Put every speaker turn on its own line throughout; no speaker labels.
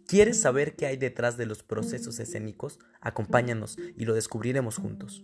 ¿Quieres saber qué hay detrás de los procesos escénicos? Acompáñanos y lo descubriremos juntos.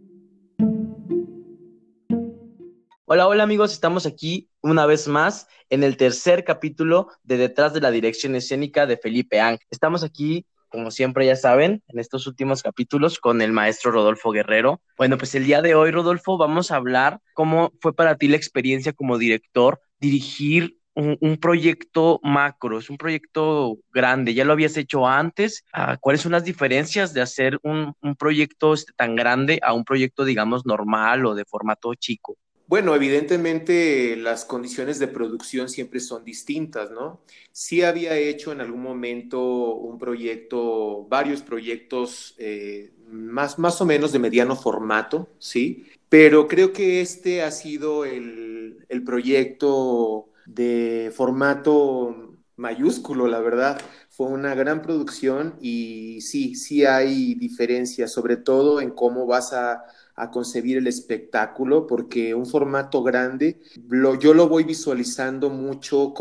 Hola, hola amigos, estamos aquí una vez más en el tercer capítulo de Detrás de la Dirección Escénica de Felipe Ángel. Estamos aquí, como siempre ya saben, en estos últimos capítulos con el maestro Rodolfo Guerrero. Bueno, pues el día de hoy, Rodolfo, vamos a hablar cómo fue para ti la experiencia como director, dirigir un proyecto macro, es un proyecto grande. ¿Ya lo habías hecho antes? ¿Cuáles son las diferencias de hacer un proyecto tan grande a un proyecto, digamos, normal o de formato chico?
Bueno, evidentemente las condiciones de producción siempre son distintas, ¿no? Sí había hecho en algún momento un proyecto, varios proyectos más o menos de mediano formato, ¿sí? Pero creo que este ha sido el proyecto de formato mayúsculo, la verdad. Fue una gran producción y sí hay diferencias, sobre todo en cómo vas a concebir el espectáculo, porque un formato grande, yo lo voy visualizando mucho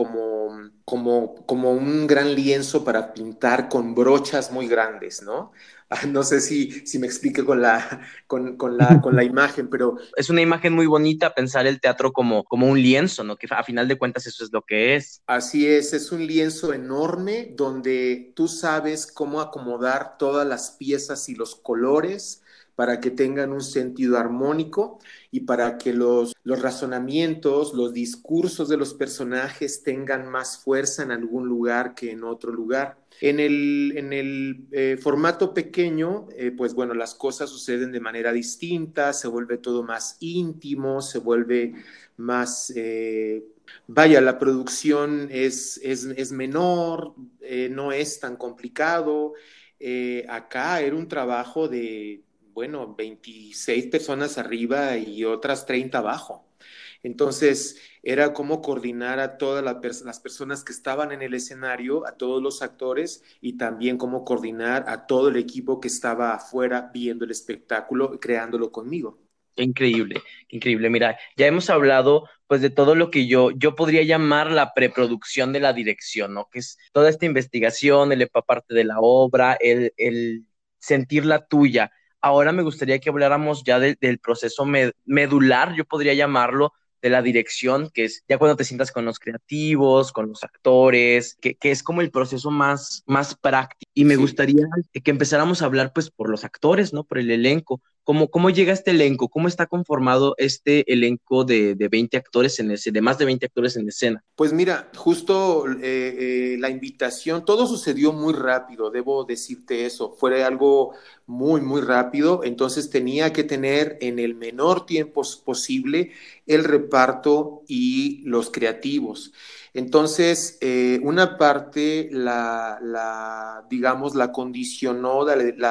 como un gran lienzo para pintar con brochas muy grandes, ¿no? No sé si me explique con la imagen, pero
Es una imagen muy bonita pensar el teatro como un lienzo, ¿no? Que a final de cuentas eso es lo que es.
así es un lienzo enorme donde tú sabes cómo acomodar todas las piezas y los colores para que tengan un sentido armónico y para que los razonamientos, los discursos de los personajes tengan más fuerza en algún lugar que en otro lugar. En el formato pequeño, pues bueno, las cosas suceden de manera distinta, se vuelve todo más íntimo, se vuelve más... Vaya, la producción es menor, no es tan complicado. Acá era un trabajo de, bueno, 26 personas arriba y otras 30 abajo. Entonces, era como coordinar a todas las personas que estaban en el escenario, a todos los actores y también cómo coordinar a todo el equipo que estaba afuera viendo el espectáculo, creándolo conmigo.
Qué increíble, qué increíble. Mira, ya hemos hablado pues de todo lo que yo podría llamar la preproducción de la dirección, ¿no? Que es toda esta investigación, el empaparte de la obra, el sentir la tuya. Ahora me gustaría que habláramos ya del proceso medular, yo podría llamarlo, de la dirección, que es ya cuando te sientas con los creativos, con los actores, que es como el proceso más práctico. Y me
Sí.
gustaría que empezáramos a hablar pues por los actores, ¿no? Por el elenco. ¿Cómo llega este elenco? ¿Cómo está conformado este elenco de 20 actores de más de 20 actores en escena?
Pues mira, justo la invitación, todo sucedió muy rápido, debo decirte eso, fue algo muy rápido, entonces tenía que tener en el menor tiempo posible el reparto y los creativos. Entonces, una parte digamos, la condicionó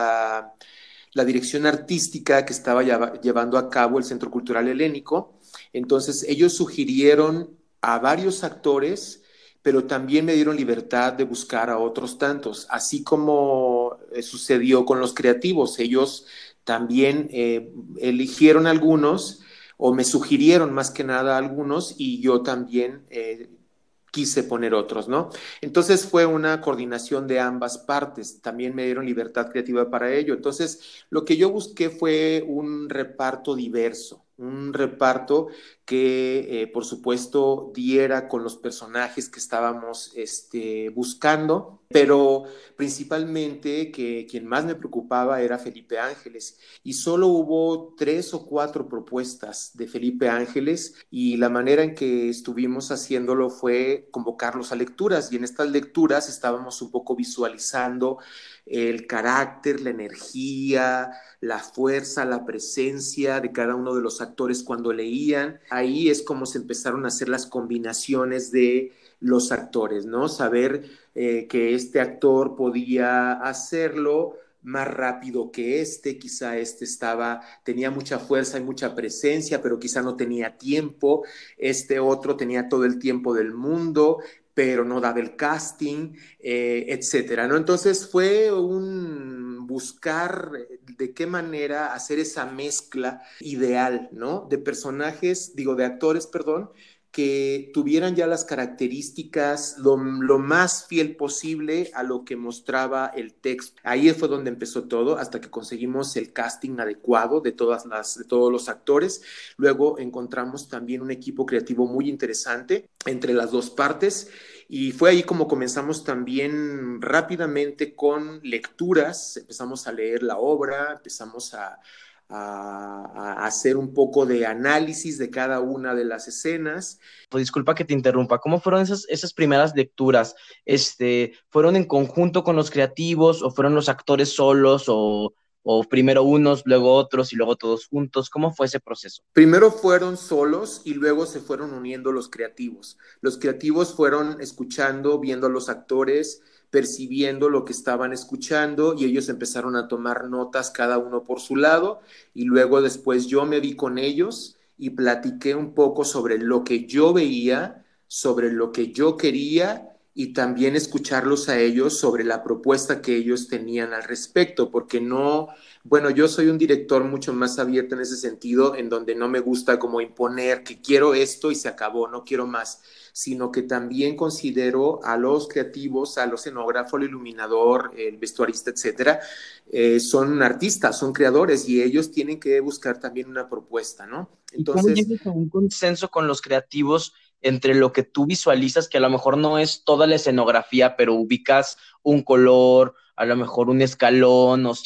la dirección artística que estaba llevando a cabo el Centro Cultural Helénico. Entonces, ellos sugirieron a varios actores, pero también me dieron libertad de buscar a otros tantos, así como sucedió con los creativos. Ellos también eligieron algunos o me sugirieron más que nada algunos y yo también quise poner otros, ¿no? Entonces fue una coordinación de ambas partes, también me dieron libertad creativa para ello. Entonces, lo que yo busqué fue un reparto diverso, un reparto que, por supuesto, diera con los personajes que estábamos buscando, pero principalmente que quien más me preocupaba era Felipe Ángeles y solo hubo 3 o 4 propuestas de Felipe Ángeles y la manera en que estuvimos haciéndolo fue convocarlos a lecturas y en estas lecturas estábamos un poco visualizando el carácter, la energía, la fuerza, la presencia de cada uno de los actores cuando leían. Ahí es como se empezaron a hacer las combinaciones de los actores, ¿no? Saber que este actor podía hacerlo más rápido que quizá tenía mucha fuerza y mucha presencia, pero quizá no tenía tiempo, este otro tenía todo el tiempo del mundo, pero no daba el casting, etcétera, ¿no? Entonces fue un buscar de qué manera hacer esa mezcla ideal, ¿no? De personajes, digo, de actores, perdón, que tuvieran ya las características lo más fiel posible a lo que mostraba el texto. Ahí fue donde empezó todo, hasta que conseguimos el casting adecuado de todos los actores. Luego encontramos también un equipo creativo muy interesante entre las dos partes. Y fue ahí como comenzamos también rápidamente con lecturas, empezamos a leer la obra, empezamos a hacer un poco de análisis de cada una de las escenas.
Pues disculpa que te interrumpa, ¿cómo fueron esas primeras lecturas? ¿Fueron en conjunto con los creativos o fueron los actores solos o primero unos, luego otros y luego todos juntos? ¿Cómo fue ese proceso?
Primero fueron solos y luego se fueron uniendo los creativos. Los creativos fueron escuchando, viendo a los actores, percibiendo lo que estaban escuchando y ellos empezaron a tomar notas cada uno por su lado y luego después yo me vi con ellos y platiqué un poco sobre lo que yo veía, sobre lo que yo quería y también escucharlos a ellos sobre la propuesta que ellos tenían al respecto, porque no, bueno, yo soy un director mucho más abierto en ese sentido, en donde no me gusta como imponer que quiero esto y se acabó, no quiero más, sino que también considero a los creativos, a los escenógrafos, el iluminador, el vestuarista, etcétera, son artistas, son creadores y ellos tienen que buscar también una propuesta, ¿no?
¿Y cómo
Entonces,
llegas a un consenso con los creativos entre lo que tú visualizas, que a lo mejor no es toda la escenografía, pero ubicas un color, a lo mejor un escalón o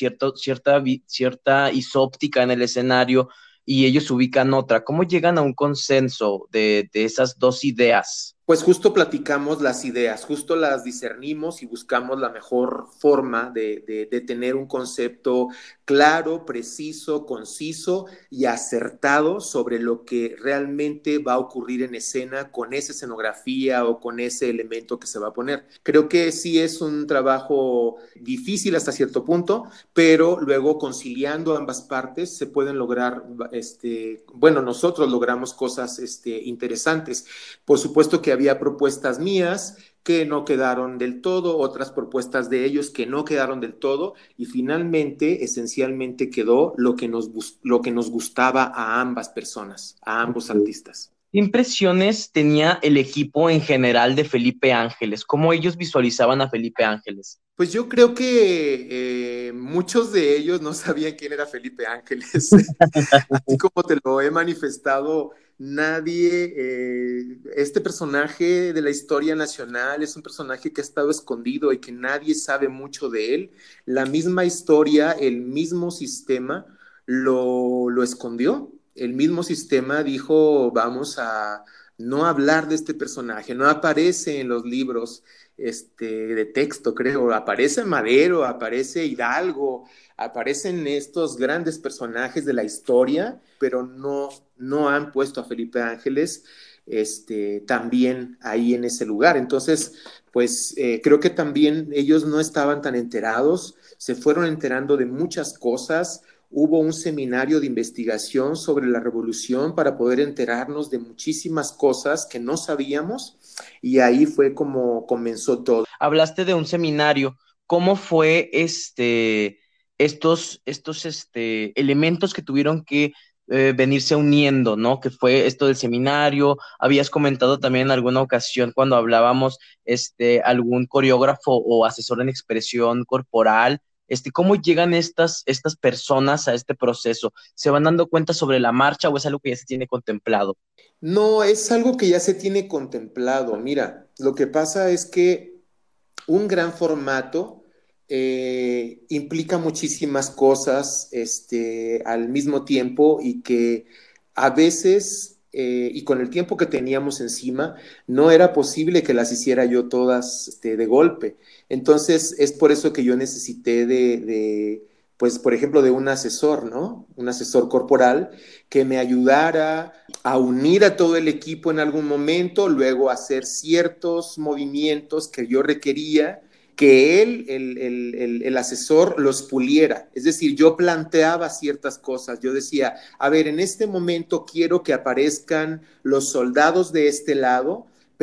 cierta isóptica en el escenario y ellos ubican otra? ¿Cómo llegan a un consenso de esas dos ideas?
pues justo platicamos las ideas, justo las discernimos y buscamos la mejor forma de tener un concepto claro, preciso, conciso y acertado sobre lo que realmente va a ocurrir en escena con esa escenografía o con ese elemento que se va a poner. Creo que sí es un trabajo difícil hasta cierto punto, pero luego conciliando ambas partes se pueden lograr, bueno, nosotros logramos cosas interesantes. Por supuesto que había propuestas mías que no quedaron del todo, otras propuestas de ellos que no quedaron del todo, y finalmente, esencialmente quedó lo que nos gustaba a ambas personas, a ambos artistas.
¿Qué impresiones tenía el equipo en general de Felipe Ángeles? ¿Cómo ellos visualizaban a Felipe Ángeles?
Pues yo creo que muchos de ellos no sabían quién era Felipe Ángeles. Así como te lo he manifestado, nadie, este personaje de la historia nacional es un personaje que ha estado escondido y que nadie sabe mucho de él. La misma historia, el mismo sistema lo escondió. El mismo sistema dijo, vamos a no hablar de este personaje, no aparece en los libros de texto, creo, aparece Madero, aparece Hidalgo, aparecen estos grandes personajes de la historia, pero no han puesto a Felipe Ángeles también ahí en ese lugar. Entonces, pues creo que también ellos no estaban tan enterados, se fueron enterando de muchas cosas. Hubo un seminario de investigación sobre la revolución para poder enterarnos de muchísimas cosas que no sabíamos y ahí fue como comenzó todo.
Hablaste de un seminario. ¿Cómo fue elementos que tuvieron que venirse uniendo, ¿no? Que fue esto del seminario. Habías comentado también en alguna ocasión cuando hablábamos, algún coreógrafo o asesor en expresión corporal. ¿Cómo llegan estas personas a este proceso? ¿Se van dando cuenta sobre la marcha o es algo que ya se tiene contemplado?
No, es algo que ya se tiene contemplado. Mira, lo que pasa es que un gran formato implica muchísimas cosas al mismo tiempo y que a veces, y con el tiempo que teníamos encima, no era posible que las hiciera yo todas de golpe. Entonces, es por eso que yo necesité pues, por ejemplo, de un asesor, ¿no? Un asesor corporal que me ayudara a unir a todo el equipo en algún momento, luego hacer ciertos movimientos que yo requería, que él, el asesor, los puliera. Es decir, yo planteaba ciertas cosas. Yo decía, a ver, en este momento quiero que aparezcan los soldados de este lado,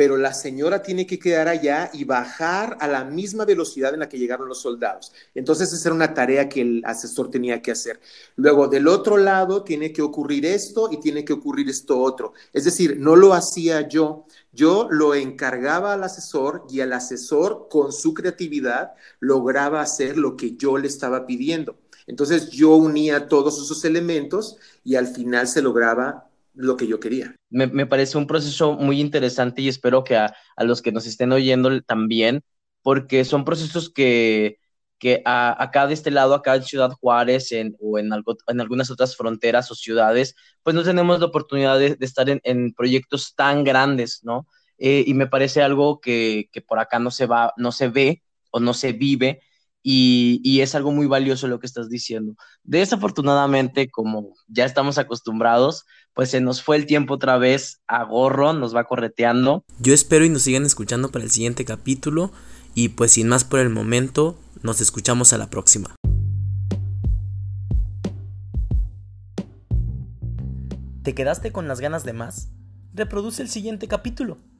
pero la señora tiene que quedar allá y bajar a la misma velocidad en la que llegaron los soldados. Entonces esa era una tarea que el asesor tenía que hacer. Luego, del otro lado, tiene que ocurrir esto y tiene que ocurrir esto otro. Es decir, no lo hacía yo lo encargaba al asesor y el asesor con su creatividad lograba hacer lo que yo le estaba pidiendo. Entonces yo unía todos esos elementos y al final se lograba lo que yo quería.
Me parece un proceso muy interesante y espero que a los que nos estén oyendo también, porque son procesos que acá de este lado, acá en Ciudad Juárez o en algunas otras fronteras o ciudades, pues no tenemos la oportunidad de estar en proyectos tan grandes, ¿no? Y me parece algo que por acá no se ve o no se vive y es algo muy valioso lo que estás diciendo. Desafortunadamente, como ya estamos acostumbrados, pues se nos fue el tiempo otra vez a gorro, nos va correteando.
Yo espero y nos sigan escuchando para el siguiente capítulo y pues sin más por el momento, nos escuchamos a la próxima. ¿Te quedaste con las ganas de más? Reproduce el siguiente capítulo.